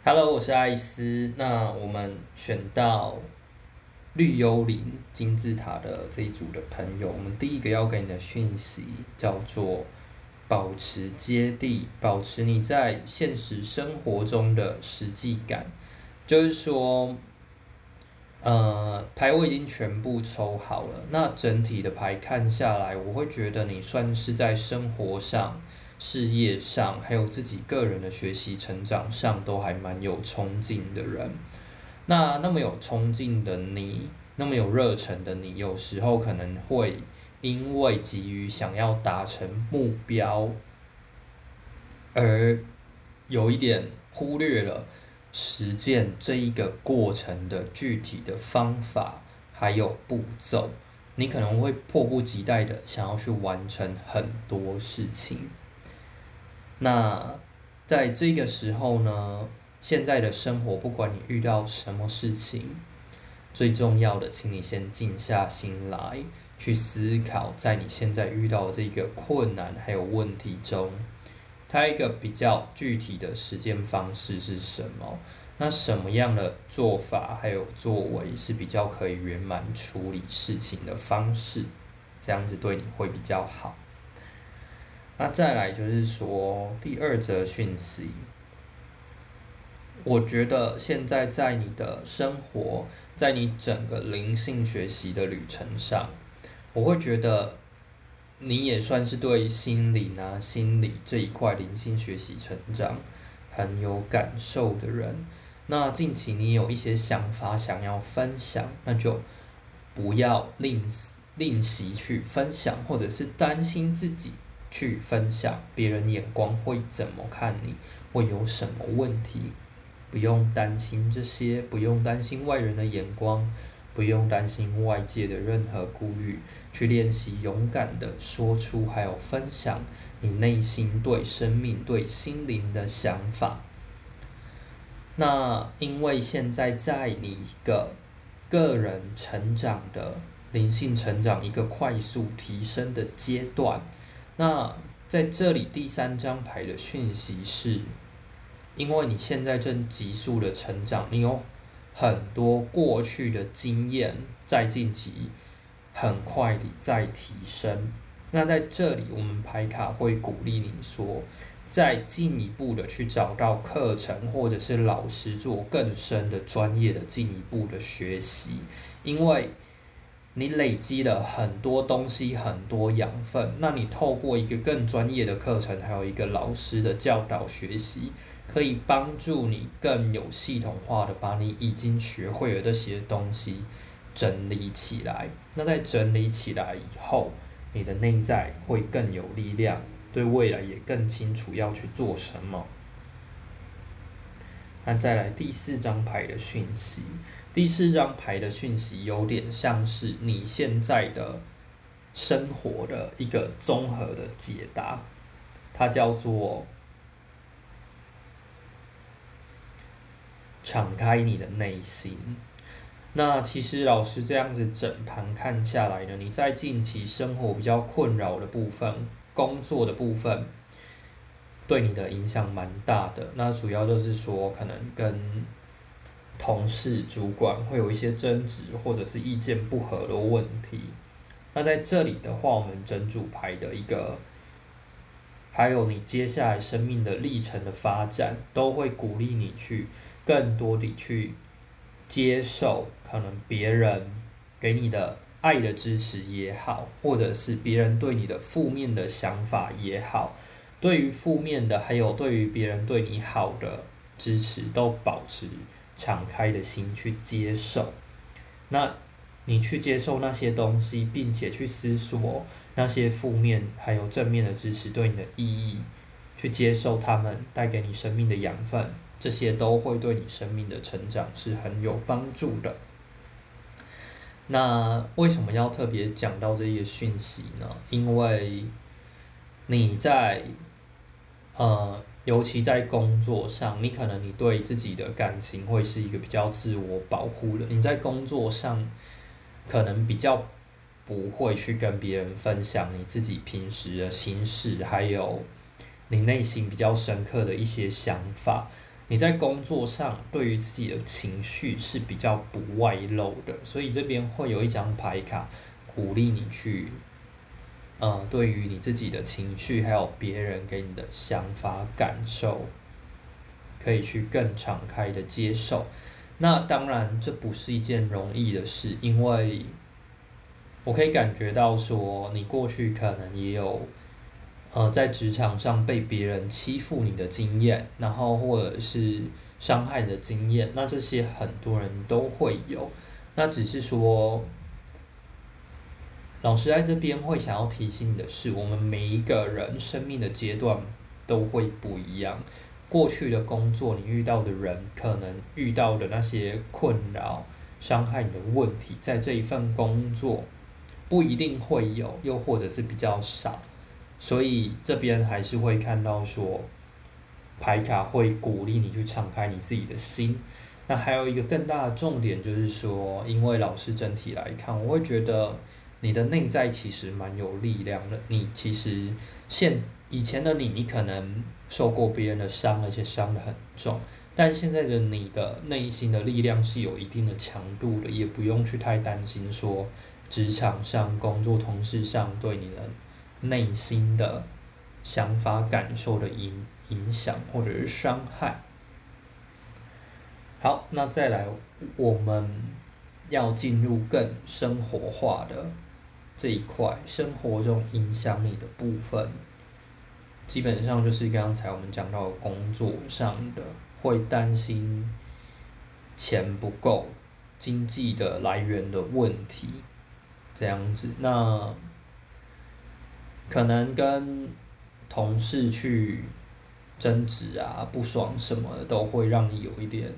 Hello，我是艾斯。那我们选到绿幽灵金字塔的这一组的朋友，我们第一个要给你的讯息叫做保持接地，保持你在现实生活中的实际感。就是说，牌我已经全部抽好了，那整体的牌看下来，我会觉得你算是在生活上、事业上，还有自己个人的学习成长上，都还蛮有冲劲的人。那么有冲劲的你，那么有热忱的你，有时候可能会因为急于想要达成目标，而有一点忽略了实践这一个过程的具体的方法还有步骤，你可能会迫不及待的想要去完成很多事情。那在这个时候呢，现在的生活不管你遇到什么事情，最重要的，请你先静下心来，去思考，在你现在遇到的这个困难还有问题中，它一个比较具体的实践方式是什么？那什么样的做法还有作为是比较可以圆满处理事情的方式？这样子对你会比较好。那再来就是说，第二则讯息，我觉得现在在你的生活，在你整个灵性学习的旅程上，我会觉得你也算是对心灵啊、心理这一块灵性学习成长很有感受的人。那近期你有一些想法想要分享，那就不要吝惜去分享，或者是担心自己去分享，别人眼光会怎么看你，会有什么问题。不用担心这些，不用担心外人的眼光，不用担心外界的任何顾虑，去练习勇敢的说出，还有分享你内心对生命、对心灵的想法。那因为现在在你一个个人成长的灵性成长一个快速提升的阶段，那在这里第三张牌的讯息是，因为你现在正急速的成长，你有很多过去的经验在近期很快地在提升。那在这里，我们牌卡会鼓励你说，再进一步的去找到课程或者是老师做更深的专业的进一步的学习，因为你累积了很多东西，很多养分，那你透过一个更专业的课程，还有一个老师的教导学习，可以帮助你更有系统化的把你已经学会的这些东西整理起来。那在整理起来以后，你的内在会更有力量，对未来也更清楚要去做什么。那再来第四张牌的讯息，第四张牌的讯息有点像是你现在的生活的一个综合的解答，它叫做敞开你的内心。那其实老师这样子整盘看下来呢，你在近期生活比较困扰的部分，工作的部分，对你的影响蛮大的。那主要就是说，可能跟同事、主管会有一些争执，或者是意见不合的问题。那在这里的话，我们整组牌的一个，还有你接下来生命的历程的发展，都会鼓励你去更多地去接受可能别人给你的爱的支持也好，或者是别人对你的负面的想法也好，对于负面的，还有对于别人对你好的支持，都保持敞开的心去接受。那你去接受那些东西，并且去思索那些负面还有正面的支持对你的意义，去接受它们带给你生命的养分，这些都会对你生命的成长是很有帮助的。那为什么要特别讲到这些讯息呢？因为你在尤其在工作上，你可能你对自己的感情会是一个比较自我保护的，你在工作上可能比较不会去跟别人分享你自己平时的心事，还有你内心比较深刻的一些想法。 你在工作上对于自己的情绪是比较不外露的，所以这边会有一张牌卡鼓励你去，对于你自己的情绪还有别人给你的想法感受，可以去更敞开的接受。那当然这不是一件容易的事，因为我可以感觉到说你过去可能也有在职场上被别人欺负你的经验，然后或者是伤害的经验，那这些很多人都会有。那只是说，老师在这边会想要提醒你的是，我们每一个人生命的阶段都会不一样。过去的工作，你遇到的人，可能遇到的那些困扰、伤害你的问题，在这一份工作不一定会有，又或者是比较少。所以这边还是会看到说，牌卡会鼓励你去敞开你自己的心。那还有一个更大的重点就是说，因为老师整体来看，我会觉得你的内在其实蛮有力量的。你其实以前的你可能受过别人的伤，而且伤得很重。但现在的你的内心的力量是有一定的强度的，也不用去太担心说职场上、工作同事上对你的内心的想法、感受的影响或者是伤害。好，那再来，我们要进入更生活化的这一块，生活中影响你的部分，基本上就是刚才我们讲到的工作上的，会担心钱不够、经济的来源的问题，这样子。那可能跟同事去争执啊、不爽什么的，都会让你有一点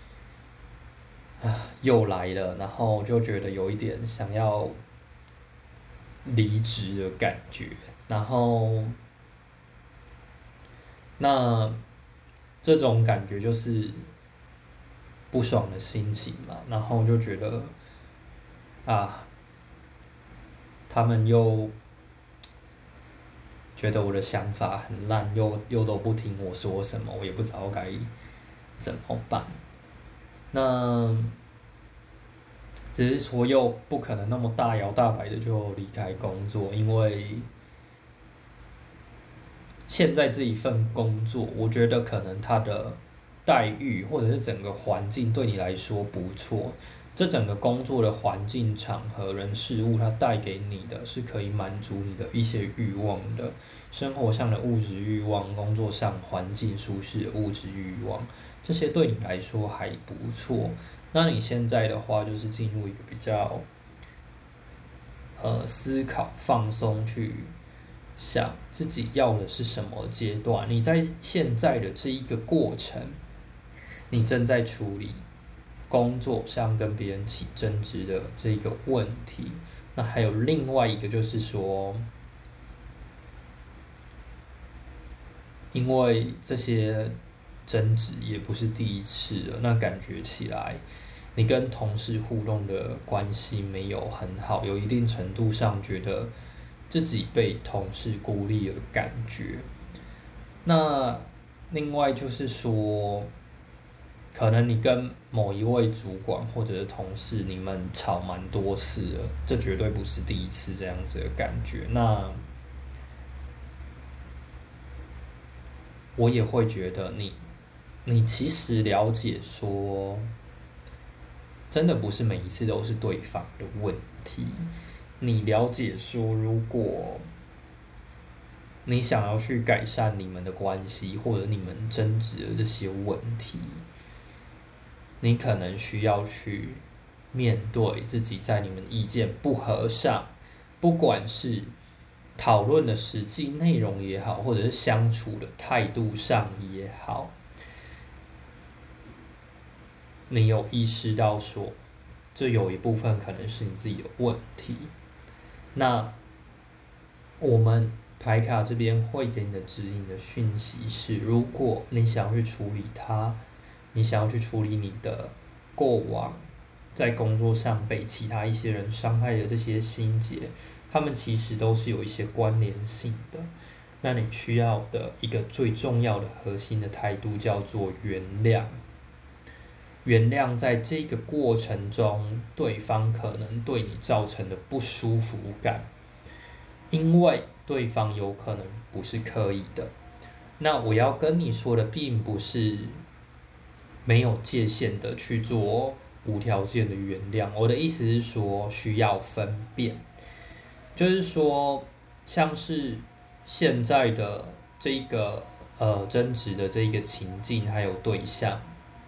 又来了，然后就觉得有一点想要离职的感觉。然后那这种感觉就是不爽的心情嘛，然后就觉得他们又觉得我的想法很烂，又都不听我说什么，我也不知道该怎么办。那只是说又不可能那么大摇大摆的就离开工作，因为现在这一份工作，我觉得可能它的待遇或者是整个环境对你来说不错。这整个工作的环境、场合、人事物，它带给你的是可以满足你的一些欲望的，生活上的物质欲望，工作上环境舒适的物质欲望，这些对你来说还不错。那你现在的话，就是进入一个比较思考、放松去想自己要的是什么阶段。你在现在的这一个过程，你正在处理工作上跟别人起争执的这一个问题。那还有另外一个就是说，因为这些争执也不是第一次了，那感觉起来你跟同事互动的关系没有很好，有一定程度上觉得自己被同事孤立的感觉。那另外就是说，可能你跟某一位主管或者是同事，你们吵蛮多次了，这绝对不是第一次这样子的感觉。那我也会觉得你其实了解说，真的不是每一次都是对方的问题。你了解说，如果你想要去改善你们的关系，或者你们争执的这些问题，你可能需要去面对自己在你们意见不合上，不管是讨论的实际内容也好，或者是相处的态度上也好，你有意识到说，这有一部分可能是你自己的问题。那我们牌卡这边会给你的指引的讯息是，如果你想要去处理它，你想要去处理你的过往在工作上被其他一些人伤害的这些心结，他们其实都是有一些关联性的。 那你需要的一个最重要的核心的态度叫做原谅。原谅在这个过程中，对方可能对你造成的不舒服感，因为对方有可能不是刻意的。那我要跟你说的，并不是没有界限的去做无条件的原谅。我的意思是说，需要分辨，就是说，像是现在的这个争执的这个情境还有对象。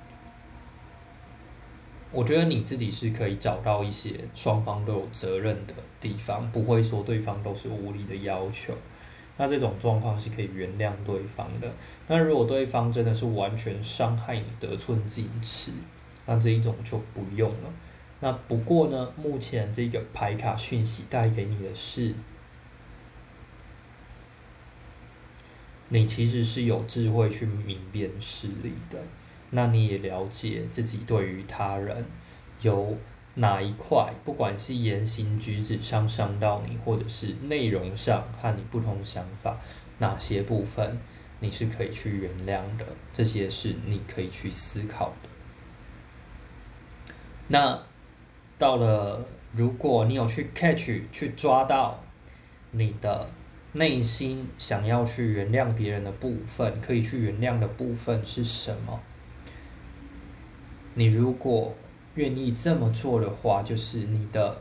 我觉得你自己是可以找到一些双方都有责任的地方，不会说对方都是无理的要求。那这种状况是可以原谅对方的。那如果对方真的是完全伤害你得寸进尺，那这一种就不用了。那不过呢，目前这个牌卡讯息带给你的是，你其实是有智慧去明辨事理的。那你也了解自己对于他人有哪一块，不管是言行举止上伤到你，或者是内容上和你不同想法，哪些部分你是可以去原谅的，这些是你可以去思考的。那到了，如果你有去 catch 去抓到你的内心想要去原谅别人的部分，可以去原谅的部分是什么？你如果愿意这么做的话，就是你的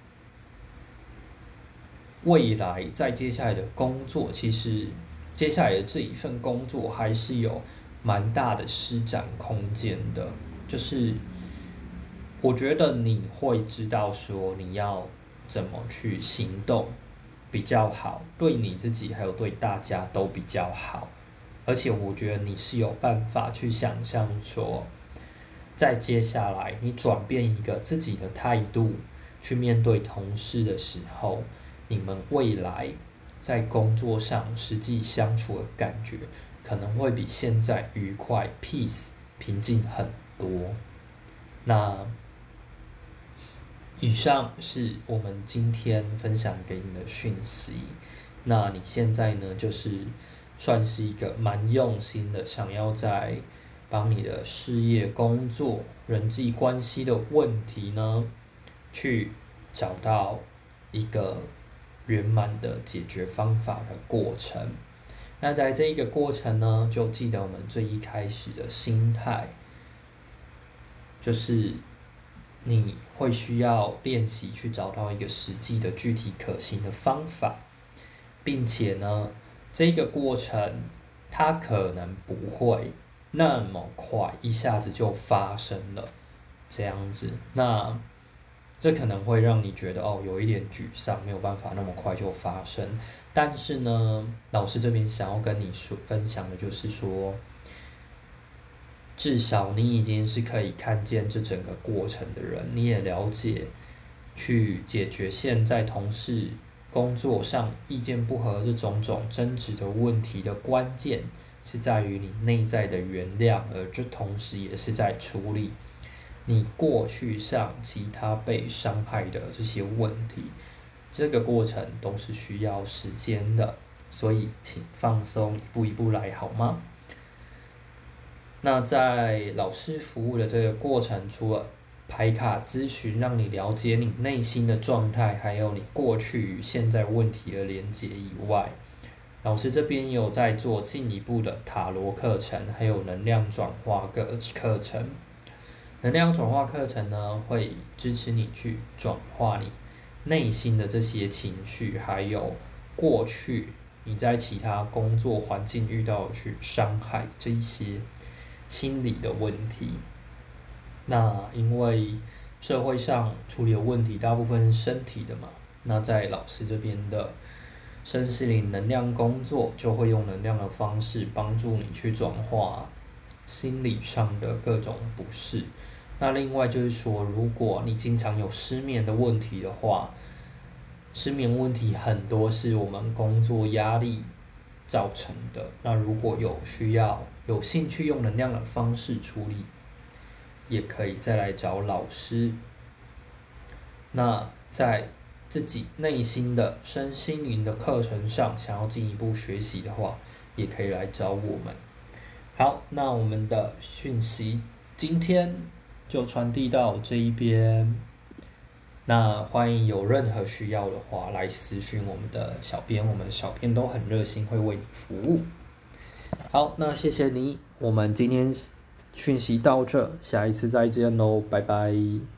未来在接下来的工作，其实接下来的这一份工作还是有蛮大的施展空间的。就是我觉得你会知道说你要怎么去行动比较好，对你自己还有对大家都比较好。而且我觉得你是有办法去想象说，在接下来你转变一个自己的态度去面对同事的时候，你们未来在工作上实际相处的感觉可能会比现在愉快 peace 平静很多。那以上是我们今天分享给你的讯息。那你现在呢，就是算是一个蛮用心的，想要在帮你的事业、工作、人际关系的问题呢，去找到一个圆满的解决方法的过程。那在这一个过程呢，就记得我们最一开始的心态，就是你会需要练习去找到一个实际的具体可行的方法，并且呢，这个过程它可能不会那么快一下子就发生了这样子。那这可能会让你觉得有一点沮丧，没有办法那么快就发生。但是呢，老师这边想要跟你分享的就是说，至少你已经是可以看见这整个过程的人，你也了解去解决现在同事工作上意见不合这种争执的问题的关键是在于你内在的原谅，而这同时也是在处理你过去上其他被伤害的这些问题。这个过程都是需要时间的，所以请放松，一步一步来好吗？那在老师服务的这个过程，除了牌卡咨询让你了解你内心的状态，还有你过去与现在问题的连结以外，老师这边有在做进一步的塔罗课程，还有能量转化课程。能量转化课程呢，会支持你去转化你内心的这些情绪，还有过去你在其他工作环境遇到去伤害这一些心理的问题。那因为社会上处理的问题大部分是身体的嘛，那在老师这边的身心灵能量工作，就会用能量的方式帮助你去转化心理上的各种不适。那另外就是说，如果你经常有失眠的问题的话，失眠问题很多是我们工作压力造成的。那如果有兴趣用能量的方式处理，也可以再来找老师。那在自己内心的身心灵的课程上想要进一步学习的话，也可以来找我们。好，那我们的讯息今天就传递到这一边。那欢迎有任何需要的话来私讯我们的小编，我们小编都很热心，会为你服务。好，那谢谢你，我们今天讯息到这，下一次再见喽，拜拜。